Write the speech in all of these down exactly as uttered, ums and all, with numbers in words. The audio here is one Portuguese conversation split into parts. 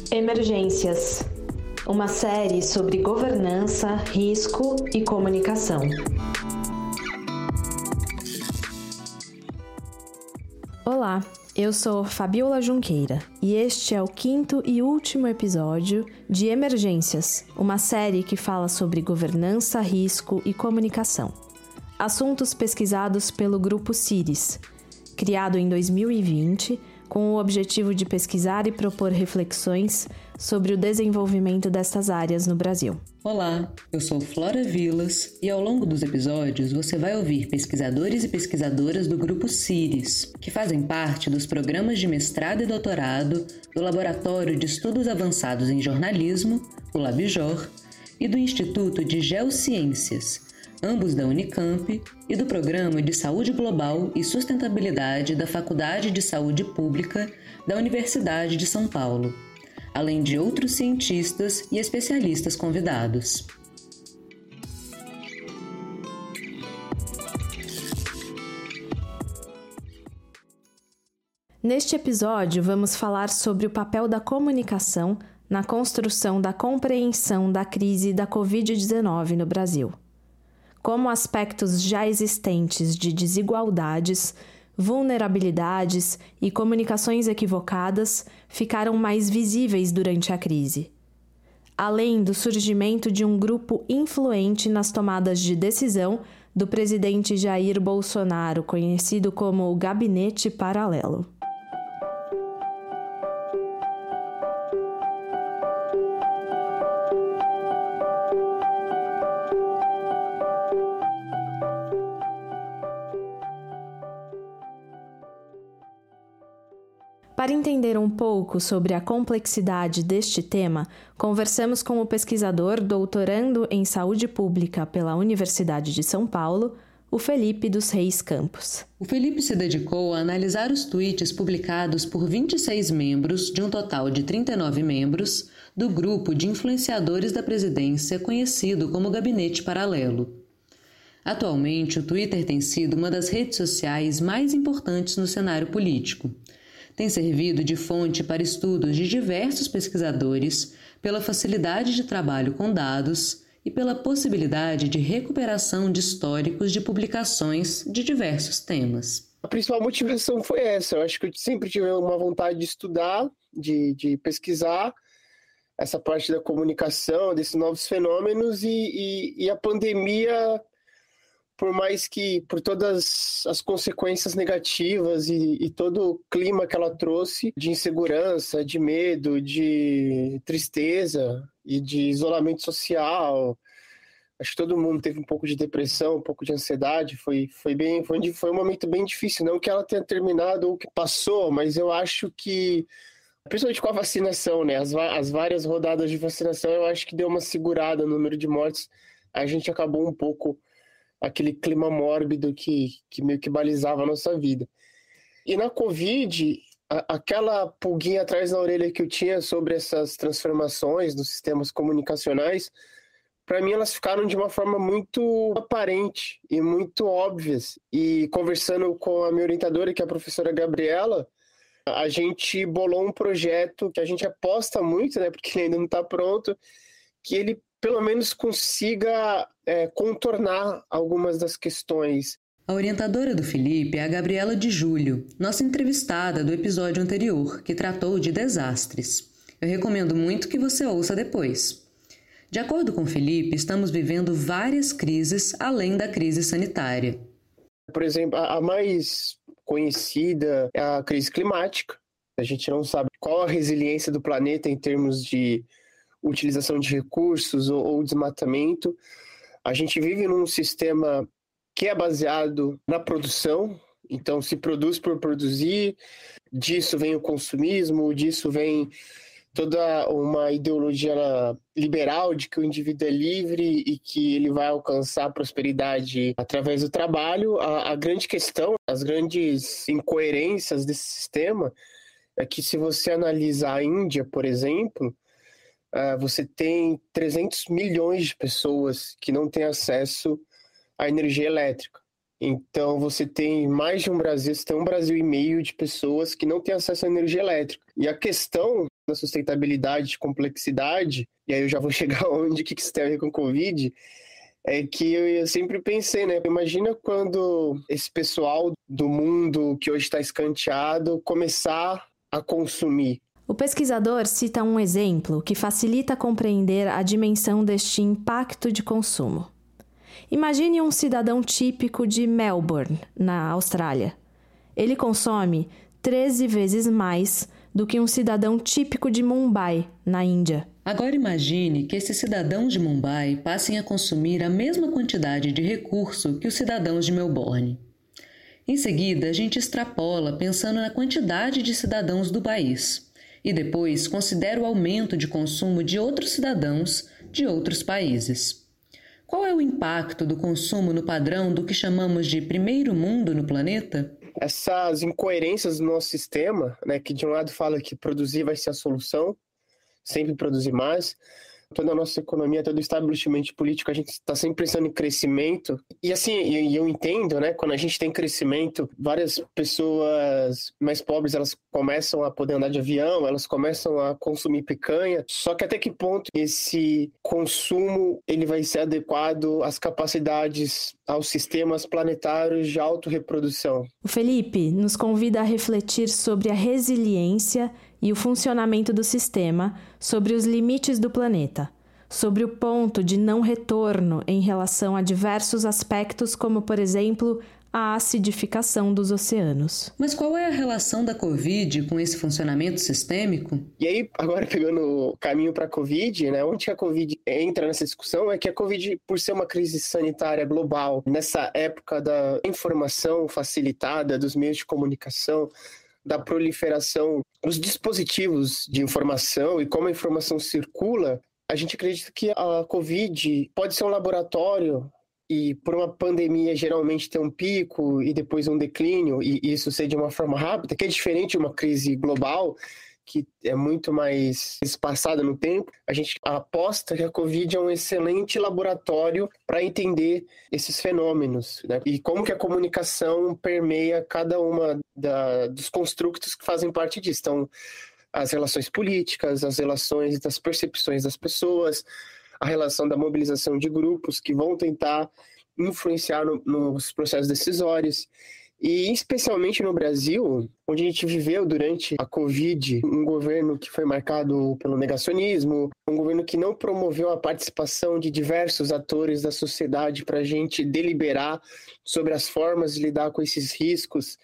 Emergências, uma série sobre governança, risco e comunicação. Olá, eu sou Fabiola Junqueira e este é o quinto e último episódio de Emergências, uma série que fala sobre governança, risco e comunicação. Assuntos pesquisados pelo Grupo CIRES, criado em dois mil e vinte, com o objetivo de pesquisar e propor reflexões sobre o desenvolvimento destas áreas no Brasil. Olá, eu sou Flora Vilas e ao longo dos episódios você vai ouvir pesquisadores e pesquisadoras do Grupo CIRES, que fazem parte dos programas de mestrado e doutorado do Laboratório de Estudos Avançados em Jornalismo, o LabJOR, e do Instituto de Geociências, ambos da Unicamp, e do Programa de Saúde Global e Sustentabilidade da Faculdade de Saúde Pública da Universidade de São Paulo, além de outros cientistas e especialistas convidados. Neste episódio, vamos falar sobre o papel da comunicação na construção da compreensão da crise da covid dezenove no Brasil. Como aspectos já existentes de desigualdades, vulnerabilidades e comunicações equivocadas ficaram mais visíveis durante a crise, além do surgimento de um grupo influente nas tomadas de decisão do presidente Jair Bolsonaro, conhecido como o Gabinete Paralelo. Para entender um pouco sobre a complexidade deste tema, conversamos com o pesquisador doutorando em Saúde Pública pela Universidade de São Paulo, o Felipe dos Reis Campos. O Felipe se dedicou a analisar os tweets publicados por vinte e seis membros, de um total de trinta e nove membros, do grupo de influenciadores da presidência conhecido como Gabinete Paralelo. Atualmente, o Twitter tem sido uma das redes sociais mais importantes no cenário político. Tem servido de fonte para estudos de diversos pesquisadores, pela facilidade de trabalho com dados e pela possibilidade de recuperação de históricos de publicações de diversos temas. A principal motivação foi essa. Eu acho que eu sempre tive uma vontade de estudar, de, de pesquisar essa parte da comunicação, desses novos fenômenos e, e, e a pandemia, por mais que, por todas as consequências negativas e, e todo o clima que ela trouxe de insegurança, de medo, de tristeza e de isolamento social, acho que todo mundo teve um pouco de depressão, um pouco de ansiedade, foi, foi, bem, foi, foi um momento bem difícil, não que ela tenha terminado ou que passou, mas eu acho que, principalmente com a vacinação, né, as, as várias rodadas de vacinação, eu acho que deu uma segurada no número de mortes, a gente acabou um pouco aquele clima mórbido que, que meio que balizava a nossa vida. E na Covid, a, aquela pulguinha atrás da orelha que eu tinha sobre essas transformações nos sistemas comunicacionais, para mim elas ficaram de uma forma muito aparente e muito óbvias. E conversando com a minha orientadora, que é a professora Gabriela, a gente bolou um projeto que a gente aposta muito, né, porque ele ainda não está pronto, que ele pelo menos consiga é, contornar algumas das questões. A orientadora do Felipe é a Gabriela de Júlio, nossa entrevistada do episódio anterior, que tratou de desastres. Eu recomendo muito que você ouça depois. De acordo com o Felipe, estamos vivendo várias crises além da crise sanitária. Por exemplo, a mais conhecida é a crise climática. A gente não sabe qual a resiliência do planeta em termos de utilização de recursos ou, ou desmatamento. A gente vive num sistema que é baseado na produção, então se produz por produzir, disso vem o consumismo, disso vem toda uma ideologia liberal de que o indivíduo é livre e que ele vai alcançar a prosperidade através do trabalho. A, a grande questão, as grandes incoerências desse sistema é que se você analisa a Índia, por exemplo, Uh, você tem trezentos milhões de pessoas que não têm acesso à energia elétrica. Então você tem mais de um Brasil, você tem um Brasil e meio de pessoas que não têm acesso à energia elétrica. E a questão da sustentabilidade, de complexidade, e aí eu já vou chegar onde, o que isso tem a ver com o Covid, é que eu sempre pensei, né? Imagina quando esse pessoal do mundo que hoje está escanteado começar a consumir. O pesquisador cita um exemplo que facilita compreender a dimensão deste impacto de consumo. Imagine um cidadão típico de Melbourne, na Austrália. Ele consome treze vezes mais do que um cidadão típico de Mumbai, na Índia. Agora imagine que esses cidadãos de Mumbai passem a consumir a mesma quantidade de recurso que os cidadãos de Melbourne. Em seguida, a gente extrapola pensando na quantidade de cidadãos do país e depois considera o aumento de consumo de outros cidadãos de outros países. Qual é o impacto do consumo no padrão do que chamamos de primeiro mundo no planeta? Essas incoerências do nosso sistema, né, que de um lado fala que produzir vai ser a solução, sempre produzir mais. Toda a nossa economia, todo o estabelecimento político, a gente está sempre pensando em crescimento. E assim, eu entendo, né? Quando a gente tem crescimento, várias pessoas mais pobres, elas começam a poder andar de avião, elas começam a consumir picanha. Só que até que ponto esse consumo ele vai ser adequado às capacidades, aos sistemas planetários de autorreprodução? O Felipe nos convida a refletir sobre a resiliência e o funcionamento do sistema, sobre os limites do planeta, sobre o ponto de não retorno em relação a diversos aspectos, como, por exemplo, a acidificação dos oceanos. Mas qual é a relação da Covid com esse funcionamento sistêmico? E aí, agora pegando o caminho para a Covid, né, onde a Covid entra nessa discussão é que a Covid, por ser uma crise sanitária global, nessa época da informação facilitada, dos meios de comunicação, da proliferação dos dispositivos de informação e como a informação circula, a gente acredita que a Covid pode ser um laboratório e por uma pandemia geralmente ter um pico e depois um declínio e isso ser de uma forma rápida, que é diferente de uma crise global, que é muito mais espaçada no tempo. A gente aposta que a Covid é um excelente laboratório para entender esses fenômenos, né? E como que a comunicação permeia cada uma da, dos construtos que fazem parte disso. Então, as relações políticas, as relações das percepções das pessoas, a relação da mobilização de grupos que vão tentar influenciar no, nos processos decisórios. E especialmente no Brasil, onde a gente viveu durante a Covid, um governo que foi marcado pelo negacionismo, um governo que não promoveu a participação de diversos atores da sociedade para a gente deliberar sobre as formas de lidar com esses riscos,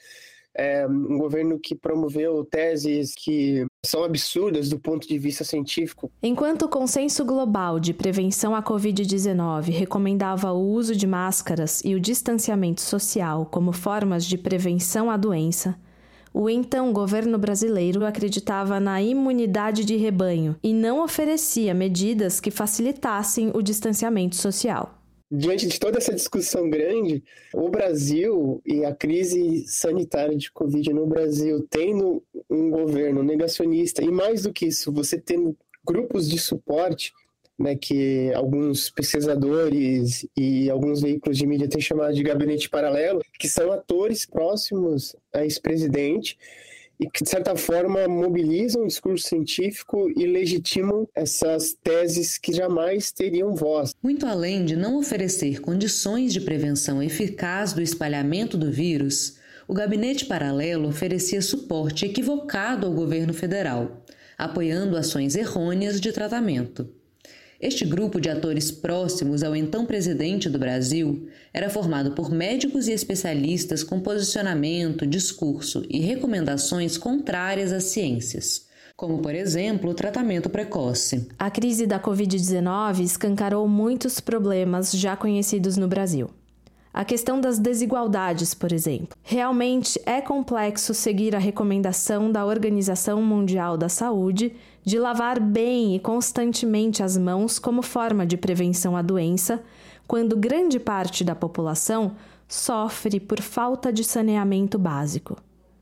é um governo que promoveu teses que são absurdas do ponto de vista científico. Enquanto o consenso global de prevenção à covid dezenove recomendava o uso de máscaras e o distanciamento social como formas de prevenção à doença, o então governo brasileiro acreditava na imunidade de rebanho e não oferecia medidas que facilitassem o distanciamento social. Diante de toda essa discussão grande, o Brasil e a crise sanitária de Covid no Brasil, tendo um governo negacionista, e mais do que isso, você tendo grupos de suporte, né, que alguns pesquisadores e alguns veículos de mídia têm chamado de gabinete paralelo, que são atores próximos a esse presidente, e que, de certa forma, mobilizam o discurso científico e legitimam essas teses que jamais teriam voz. Muito além de não oferecer condições de prevenção eficaz do espalhamento do vírus, o gabinete paralelo oferecia suporte equivocado ao governo federal, apoiando ações errôneas de tratamento. Este grupo de atores próximos ao então presidente do Brasil era formado por médicos e especialistas com posicionamento, discurso e recomendações contrárias às ciências, como, por exemplo, o tratamento precoce. A crise da covid dezenove escancarou muitos problemas já conhecidos no Brasil. A questão das desigualdades, por exemplo. Realmente é complexo seguir a recomendação da Organização Mundial da Saúde de lavar bem e constantemente as mãos como forma de prevenção à doença, quando grande parte da população sofre por falta de saneamento básico.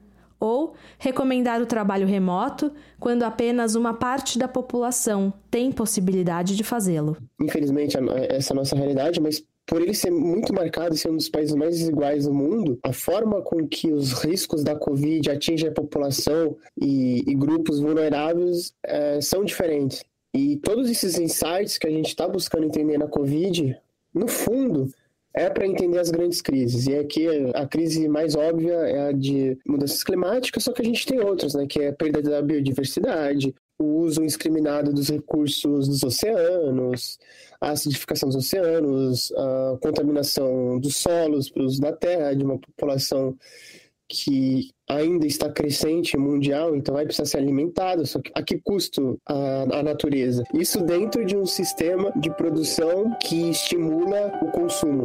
Ou recomendar o trabalho remoto quando apenas uma parte da população tem possibilidade de fazê-lo. Infelizmente, essa é a nossa realidade, mas por ele ser muito marcado e ser um dos países mais desiguais do mundo, a forma com que os riscos da Covid atingem a população e, e grupos vulneráveis é, são diferentes. E todos esses insights que a gente está buscando entender na Covid, no fundo, é para entender as grandes crises. E aqui a crise mais óbvia é a de mudanças climáticas, só que a gente tem outras, né? Que é a perda da biodiversidade, o uso indiscriminado dos recursos dos oceanos, a acidificação dos oceanos, a contaminação dos solos para o uso da terra, de uma população que ainda está crescente mundial, então vai precisar ser alimentado, só que a que custo a, a natureza? Isso dentro de um sistema de produção que estimula o consumo.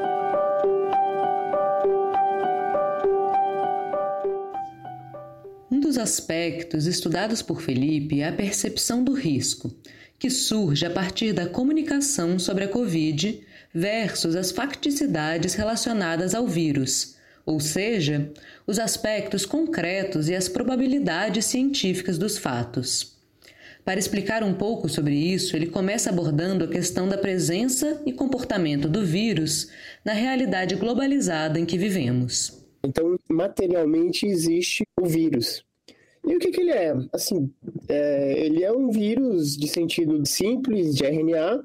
Um dos aspectos estudados por Felipe é a percepção do risco, que surge a partir da comunicação sobre a Covid versus as facticidades relacionadas ao vírus, ou seja, os aspectos concretos e as probabilidades científicas dos fatos. Para explicar um pouco sobre isso, ele começa abordando a questão da presença e comportamento do vírus na realidade globalizada em que vivemos. Então, materialmente existe o vírus. E o que, que ele é? Assim, é, ele é um vírus de sentido simples, de R N A,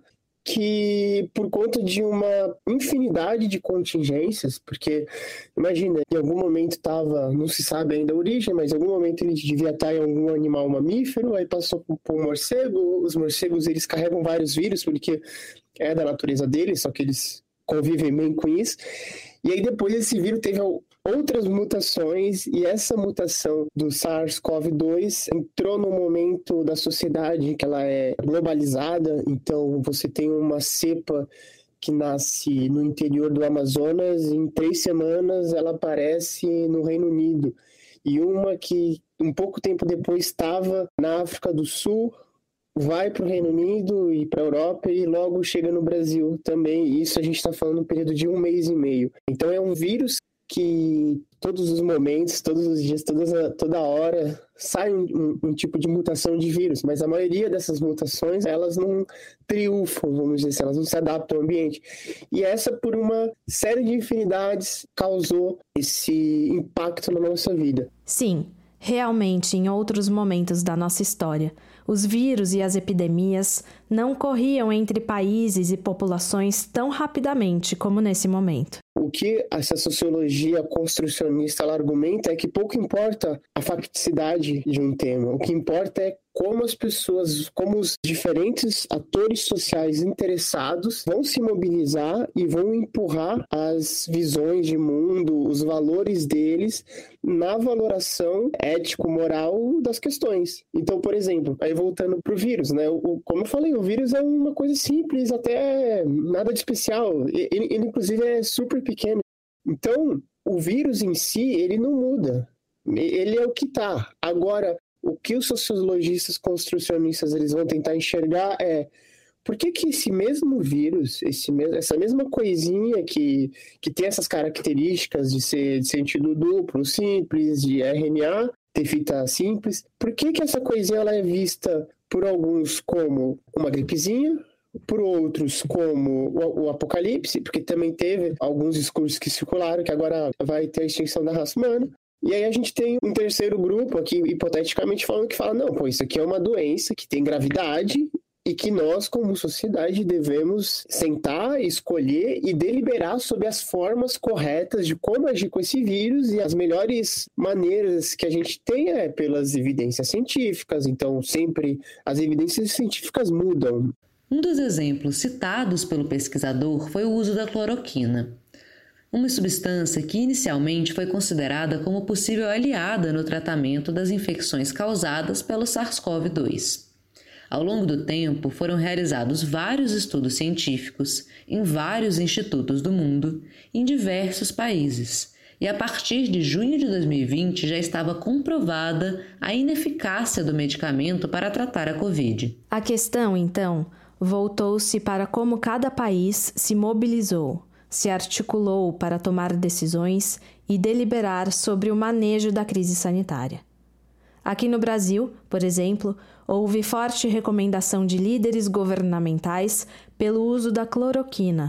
que por conta de uma infinidade de contingências, porque imagina, em algum momento estava, não se sabe ainda a origem, mas em algum momento ele devia estar em algum animal mamífero, aí passou por um morcego, os morcegos eles carregam vários vírus, porque é da natureza deles, só que eles convivem bem com isso, e aí depois esse vírus teve outras mutações, e essa mutação do SARS-CoV dois entrou no momento da sociedade que ela é globalizada, então você tem uma cepa que nasce no interior do Amazonas, e em três semanas ela aparece no Reino Unido, e uma que um pouco tempo depois estava na África do Sul, vai para o Reino Unido e para a Europa e logo chega no Brasil também. E isso a gente está falando no período de um mês e meio. Então é um vírus que todos os momentos, todos os dias, toda, toda hora sai um, um, um tipo de mutação de vírus, mas a maioria dessas mutações elas não triunfam, vamos dizer assim, elas não se adaptam ao ambiente. E essa, por uma série de infinidades, causou esse impacto na nossa vida. Sim, realmente, em outros momentos da nossa história, os vírus e as epidemias não corriam entre países e populações tão rapidamente como nesse momento. O que essa sociologia construcionista ela argumenta é que pouco importa a facticidade de um tema, o que importa é como as pessoas, como os diferentes atores sociais interessados vão se mobilizar e vão empurrar as visões de mundo, os valores deles na valoração ético-moral das questões. Então, por exemplo, aí voltando para o vírus, né? O, como eu falei, o vírus é uma coisa simples, até nada de especial. Ele, ele inclusive, é super pequeno. Então, o vírus em si, ele não muda. Ele é o que está. Agora, o que os sociologistas construcionistas eles vão tentar enxergar é por que que esse mesmo vírus, esse, essa mesma coisinha que, que tem essas características de ser de sentido duplo, simples, de R N A, ter fita simples, por que que essa coisinha ela é vista por alguns como uma gripezinha, por outros como o, o apocalipse, porque também teve alguns discursos que circularam que agora vai ter a extinção da raça humana. E aí a gente tem um terceiro grupo aqui, hipoteticamente falando, que fala, não, pô, isso aqui é uma doença que tem gravidade e que nós, como sociedade, devemos sentar, escolher e deliberar sobre as formas corretas de como agir com esse vírus, e as melhores maneiras que a gente tem é pelas evidências científicas. Então, sempre as evidências científicas mudam. Um dos exemplos citados pelo pesquisador foi o uso da cloroquina, uma substância que inicialmente foi considerada como possível aliada no tratamento das infecções causadas pelo SARS-CoV dois. Ao longo do tempo, foram realizados vários estudos científicos em vários institutos do mundo, em diversos países, e a partir de junho de dois mil e vinte já estava comprovada a ineficácia do medicamento para tratar a Covid. A questão, então, voltou-se para como cada país se mobilizou, se articulou para tomar decisões e deliberar sobre o manejo da crise sanitária. Aqui no Brasil, por exemplo, houve forte recomendação de líderes governamentais pelo uso da cloroquina,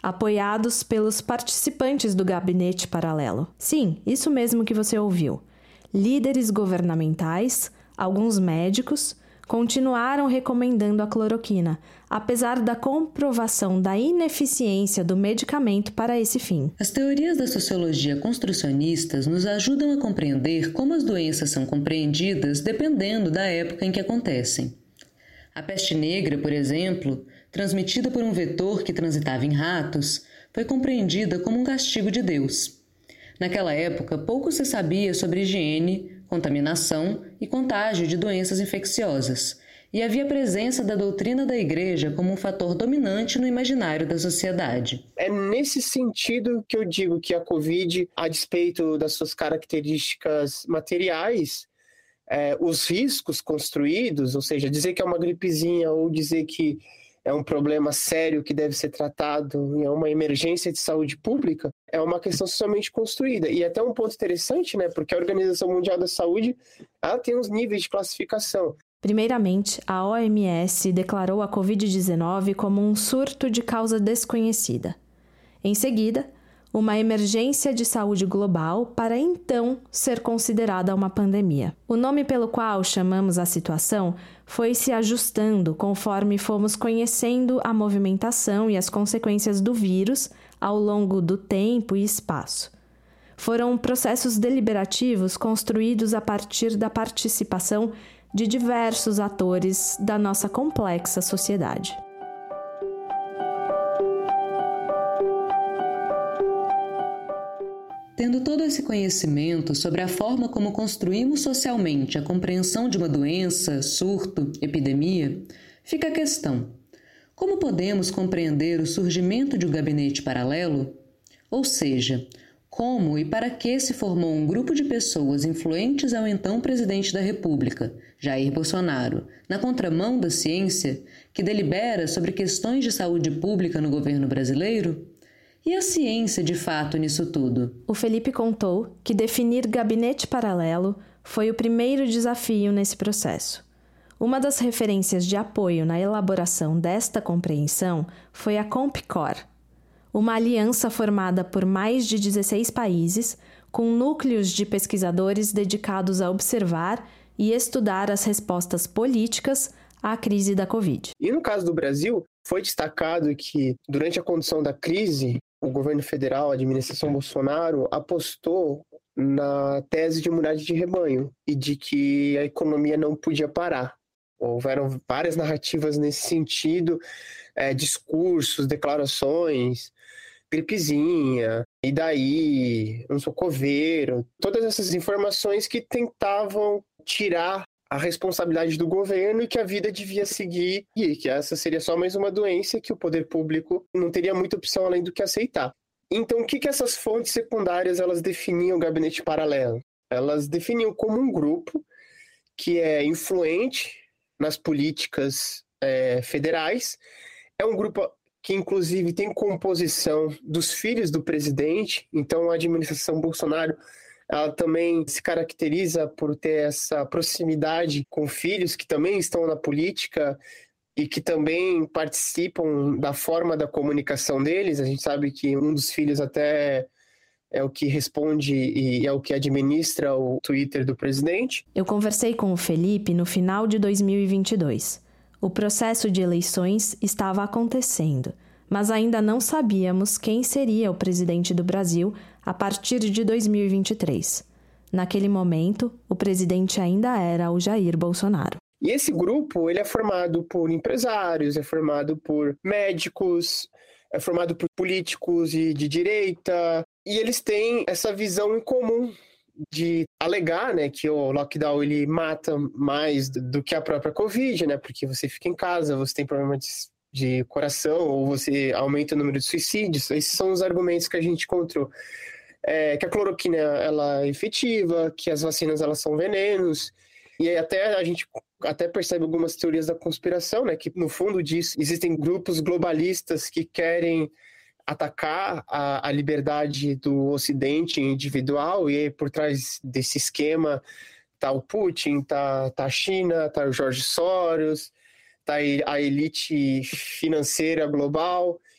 apoiados pelos participantes do gabinete paralelo. Sim, isso mesmo que você ouviu. Líderes governamentais, alguns médicos, continuaram recomendando a cloroquina, apesar da comprovação da ineficiência do medicamento para esse fim. As teorias da sociologia construcionistas nos ajudam a compreender como as doenças são compreendidas dependendo da época em que acontecem. A peste negra, por exemplo, transmitida por um vetor que transitava em ratos, foi compreendida como um castigo de Deus. Naquela época, pouco se sabia sobre higiene, contaminação e contágio de doenças infecciosas, e havia presença da doutrina da Igreja como um fator dominante no imaginário da sociedade. É nesse sentido que eu digo que a Covid, a despeito das suas características materiais, é, os riscos construídos, ou seja, dizer que é uma gripezinha ou dizer que é um problema sério que deve ser tratado, é uma emergência de saúde pública, é uma questão socialmente construída. E até um ponto interessante, né, porque a Organização Mundial da Saúde, ela tem uns níveis de classificação. Primeiramente, a O M S declarou a covid dezenove como um surto de causa desconhecida. Em seguida, uma emergência de saúde global para então ser considerada uma pandemia. O nome pelo qual chamamos a situação foi se ajustando conforme fomos conhecendo a movimentação e as consequências do vírus ao longo do tempo e espaço. Foram processos deliberativos construídos a partir da participação de diversos atores da nossa complexa sociedade. Tendo todo esse conhecimento sobre a forma como construímos socialmente a compreensão de uma doença, surto, epidemia, fica a questão: como podemos compreender o surgimento de um gabinete paralelo? Ou seja, como e para que se formou um grupo de pessoas influentes ao então presidente da República, Jair Bolsonaro, na contramão da ciência, que delibera sobre questões de saúde pública no governo brasileiro? E a ciência, de fato, nisso tudo? O Felipe contou que definir gabinete paralelo foi o primeiro desafio nesse processo. Uma das referências de apoio na elaboração desta compreensão foi a Compcor, uma aliança formada por mais de dezesseis países, com núcleos de pesquisadores dedicados a observar e estudar as respostas políticas à crise da Covid. E no caso do Brasil, foi destacado que, durante a condução da crise, o governo federal, a administração Bolsonaro, apostou na tese de imunidade de rebanho e de que a economia não podia parar. Houveram várias narrativas nesse sentido, é, discursos, declarações, gripezinha, e daí, não sou coveiro, todas essas informações que tentavam tirar a responsabilidade do governo e que a vida devia seguir, e que essa seria só mais uma doença que o poder público não teria muita opção além do que aceitar. Então, o que, que essas fontes secundárias elas definiam o gabinete paralelo? Elas definiam como um grupo que é influente nas políticas é, federais, é um grupo que, inclusive, tem composição dos filhos do presidente, então a administração Bolsonaro ela também se caracteriza por ter essa proximidade com filhos que também estão na política e que também participam da forma da comunicação deles. A gente sabe que um dos filhos até é o que responde e é o que administra o Twitter do presidente. Eu conversei com o Felipe no final de dois mil e vinte e dois. O processo de eleições estava acontecendo, mas ainda não sabíamos quem seria o presidente do Brasil a partir de dois mil e vinte e três. Naquele momento, o presidente ainda era o Jair Bolsonaro. E esse grupo ele é formado por empresários, é formado por médicos, é formado por políticos de, de direita, e eles têm essa visão em comum de alegar, né, que o lockdown ele mata mais do, do que a própria Covid, né, porque você fica em casa, você tem problema de, de coração, ou você aumenta o número de suicídios. Esses são os argumentos que a gente encontrou. É, que a cloroquina ela é efetiva, que as vacinas elas são venenos, e até a gente até percebe algumas teorias da conspiração, né, que no fundo disso existem grupos globalistas que querem atacar a, a liberdade do Ocidente individual, e aí, por trás desse esquema tá o Putin, tá, tá a China, tá o George Soros, tá a elite financeira global,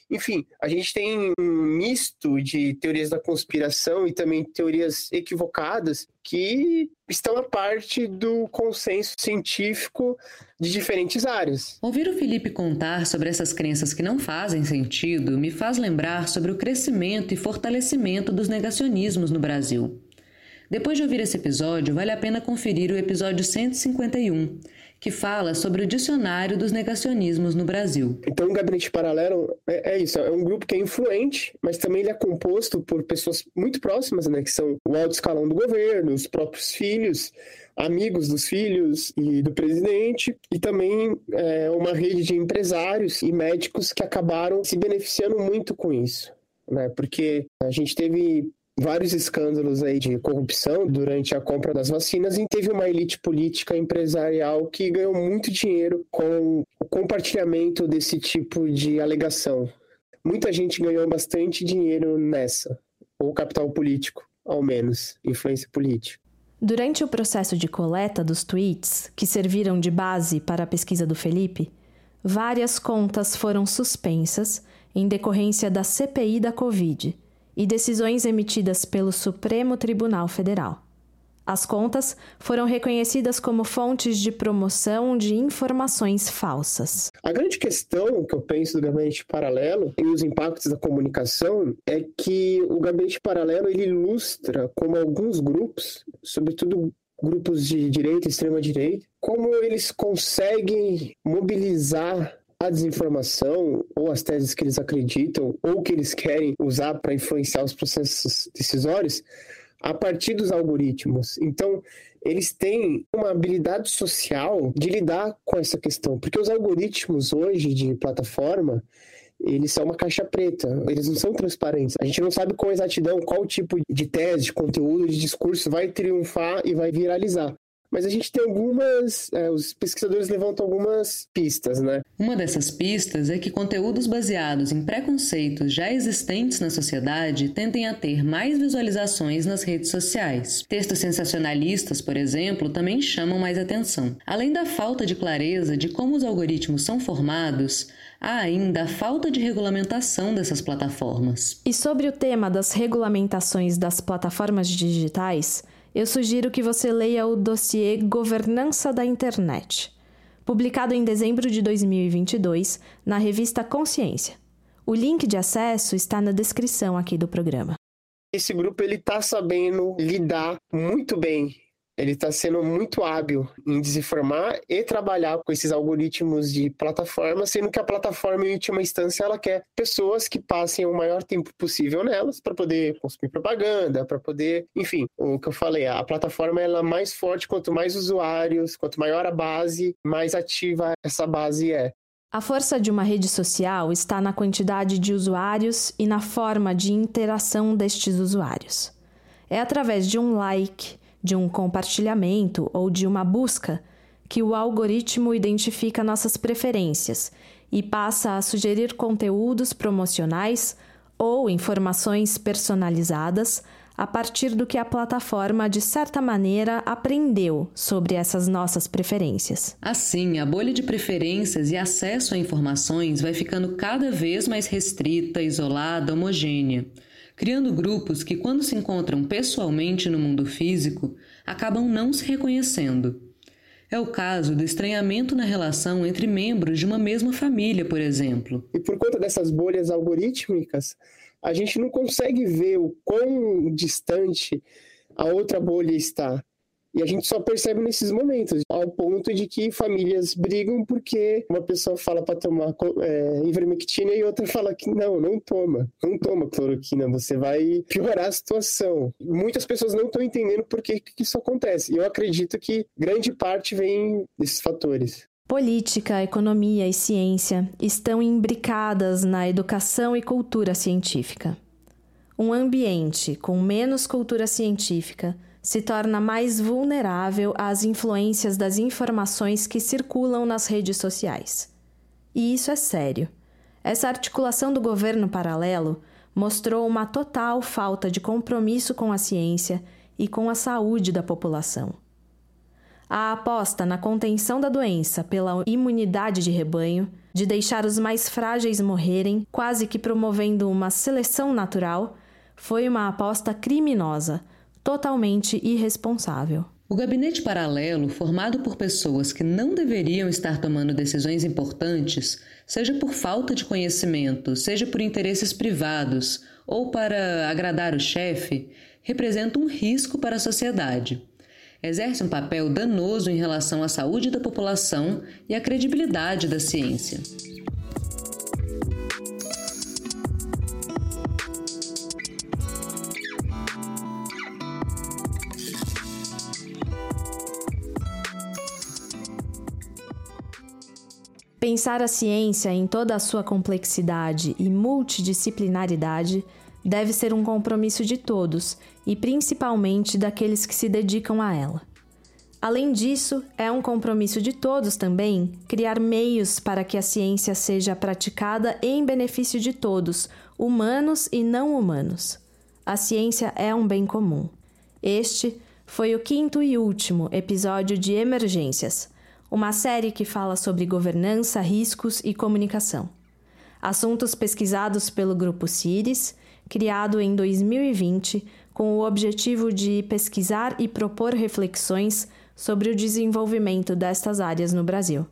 Enfim, a gente tem um misto de teorias da conspiração e também teorias equivocadas que estão a parte do consenso científico de diferentes áreas. Ouvir o Felipe contar sobre essas crenças que não fazem sentido me faz lembrar sobre o crescimento e fortalecimento dos negacionismos no Brasil. Depois de ouvir esse episódio, vale a pena conferir o episódio cento e cinquenta e um, que fala sobre o dicionário dos negacionismos no Brasil. Então, o Gabinete Paralelo é, é isso, é um grupo que é influente, mas também ele é composto por pessoas muito próximas, né, que são o alto escalão do governo, os próprios filhos, amigos dos filhos e do presidente, e também é, uma rede de empresários e médicos que acabaram se beneficiando muito com isso, né, porque a gente teve vários escândalos aí de corrupção durante a compra das vacinas e teve uma elite política empresarial que ganhou muito dinheiro com o compartilhamento desse tipo de alegação. Muita gente ganhou bastante dinheiro nessa, ou capital político, ao menos, influência política. Durante o processo de coleta dos tweets, que serviram de base para a pesquisa do Felipe, várias contas foram suspensas em decorrência da C P I da Covid e decisões emitidas pelo Supremo Tribunal Federal. As contas foram reconhecidas como fontes de promoção de informações falsas. A grande questão que eu penso do Gabinete Paralelo e os impactos da comunicação é que o Gabinete Paralelo ele ilustra como alguns grupos, sobretudo grupos de direita e extrema-direita, como eles conseguem mobilizar a desinformação ou as teses que eles acreditam ou que eles querem usar para influenciar os processos decisórios a partir dos algoritmos. Então, eles têm uma habilidade social de lidar com essa questão, porque os algoritmos hoje de plataforma, eles são uma caixa preta, eles não são transparentes. A gente não sabe com exatidão qual tipo de tese, de conteúdo, de discurso vai triunfar e vai viralizar. Mas a gente tem algumas... É, os pesquisadores levantam algumas pistas, né? Uma dessas pistas é que conteúdos baseados em preconceitos já existentes na sociedade tendem a ter mais visualizações nas redes sociais. Textos sensacionalistas, por exemplo, também chamam mais atenção. Além da falta de clareza de como os algoritmos são formados, há ainda a falta de regulamentação dessas plataformas. E sobre o tema das regulamentações das plataformas digitais, eu sugiro que você leia o dossiê Governança da Internet, publicado em dezembro de dois mil e vinte e dois na revista Consciência. O link de acesso está na descrição aqui do programa. Esse grupo ele está sabendo lidar muito bem. Ele está sendo muito hábil em desinformar e trabalhar com esses algoritmos de plataforma, sendo que a plataforma, em última instância, ela quer pessoas que passem o maior tempo possível nelas para poder consumir propaganda, para poder... Enfim, o que eu falei, a plataforma ela é mais forte quanto mais usuários, quanto maior a base, mais ativa essa base é. A força de uma rede social está na quantidade de usuários e na forma de interação destes usuários. É através de um like, de um compartilhamento ou de uma busca que o algoritmo identifica nossas preferências e passa a sugerir conteúdos promocionais ou informações personalizadas a partir do que a plataforma, de certa maneira, aprendeu sobre essas nossas preferências. Assim, a bolha de preferências e acesso a informações vai ficando cada vez mais restrita, isolada, homogênea, criando grupos que, quando se encontram pessoalmente no mundo físico, acabam não se reconhecendo. É o caso do estranhamento na relação entre membros de uma mesma família, por exemplo. E por conta dessas bolhas algorítmicas, a gente não consegue ver o quão distante a outra bolha está. E a gente só percebe nesses momentos, ao ponto de que famílias brigam porque uma pessoa fala para tomar é, ivermectina e outra fala que não, não toma, não toma cloroquina, você vai piorar a situação. Muitas pessoas não estão entendendo por que, que isso acontece. E eu acredito que grande parte vem desses fatores. Política, economia e ciência estão imbricadas na educação e cultura científica. Um ambiente com menos cultura científica se torna mais vulnerável às influências das informações que circulam nas redes sociais. E isso é sério. Essa articulação do governo paralelo mostrou uma total falta de compromisso com a ciência e com a saúde da população. A aposta na contenção da doença pela imunidade de rebanho, de deixar os mais frágeis morrerem, quase que promovendo uma seleção natural, foi uma aposta criminosa, totalmente irresponsável. O gabinete paralelo, formado por pessoas que não deveriam estar tomando decisões importantes, seja por falta de conhecimento, seja por interesses privados ou para agradar o chefe, representa um risco para a sociedade. Exerce um papel danoso em relação à saúde da população e à credibilidade da ciência. Pensar a ciência em toda a sua complexidade e multidisciplinaridade deve ser um compromisso de todos e principalmente daqueles que se dedicam a ela. Além disso, é um compromisso de todos também criar meios para que a ciência seja praticada em benefício de todos, humanos e não humanos. A ciência é um bem comum. Este foi o quinto e último episódio de Emergências, uma série que fala sobre governança, riscos e comunicação. Assuntos pesquisados pelo Grupo CIRES, criado em dois mil e vinte, com o objetivo de pesquisar e propor reflexões sobre o desenvolvimento destas áreas no Brasil.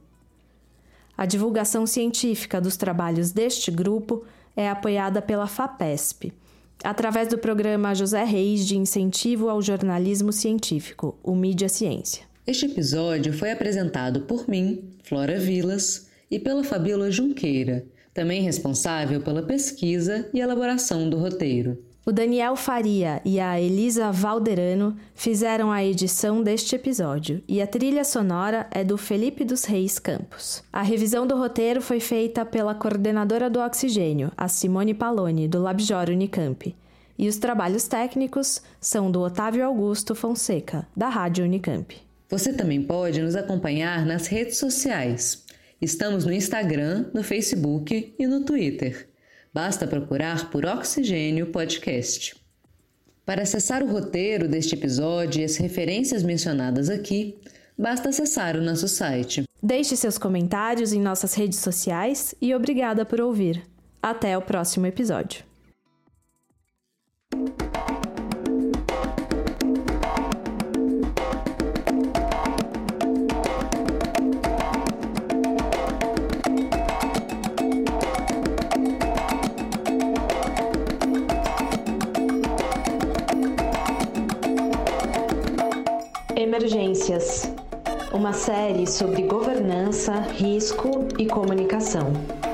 A divulgação científica dos trabalhos deste grupo é apoiada pela FAPESP, através do programa José Reis de Incentivo ao Jornalismo Científico, o Mídia Ciência. Este episódio foi apresentado por mim, Flora Vilas, e pela Fabíola Junqueira, também responsável pela pesquisa e elaboração do roteiro. O Daniel Faria e a Elisa Valderano fizeram a edição deste episódio e a trilha sonora é do Felipe dos Reis Campos. A revisão do roteiro foi feita pela coordenadora do Oxigênio, a Simone Paloni, do Labjor Unicamp. E os trabalhos técnicos são do Otávio Augusto Fonseca, da Rádio Unicamp. Você também pode nos acompanhar nas redes sociais. Estamos no Instagram, no Facebook e no Twitter. Basta procurar por Oxigênio Podcast. Para acessar o roteiro deste episódio e as referências mencionadas aqui, basta acessar o nosso site. Deixe seus comentários em nossas redes sociais e obrigada por ouvir. Até o próximo episódio. Emergências, uma série sobre governança, risco e comunicação.